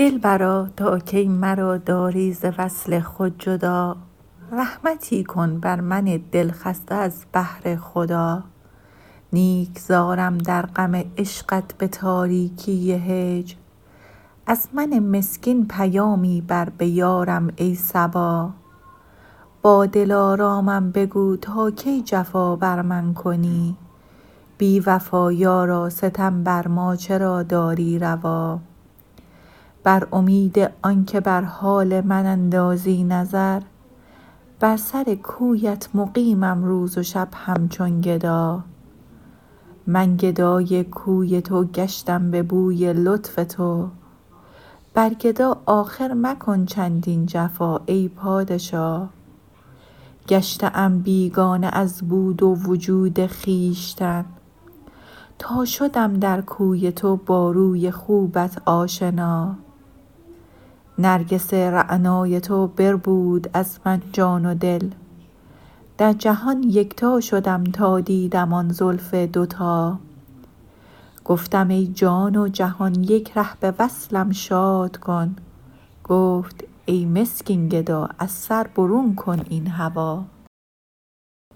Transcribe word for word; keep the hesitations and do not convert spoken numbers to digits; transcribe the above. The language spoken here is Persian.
دلبرا تا کی مرا داری ز وصل خود جدا، رحمتی کن بر من دلخسته از بهر خدا. نیک زارم در غم عشقت به تاریکی هجر، از من مسکین پیامی بر به یارم ای صبا. با دلارامم بگو تا کی جفا بر من کنی، بی وفا یارا ستم بر ما چرا داری روا. بر امید آنکه بر حال من اندازی نظر، بر سر کویت مقیمم روز و شب همچون گدا. من گدای کوی تو گشتم به بوی لطف تو، بر گدا آخر مکن چندین جفا ای پادشا. گشته ام بیگانه از بود و وجود خویشتن، تا شدم در کوی تو با روی خوبت آشنا. نرگس رعنای تو بربود از من جان و دل، در جهان یکتا شدم تا دیدم آن زلف دوتا. گفتم ای جان و جهان یک ره به وصلم شاد کن، گفت ای مسکین گدا از سر برون کن این هوا.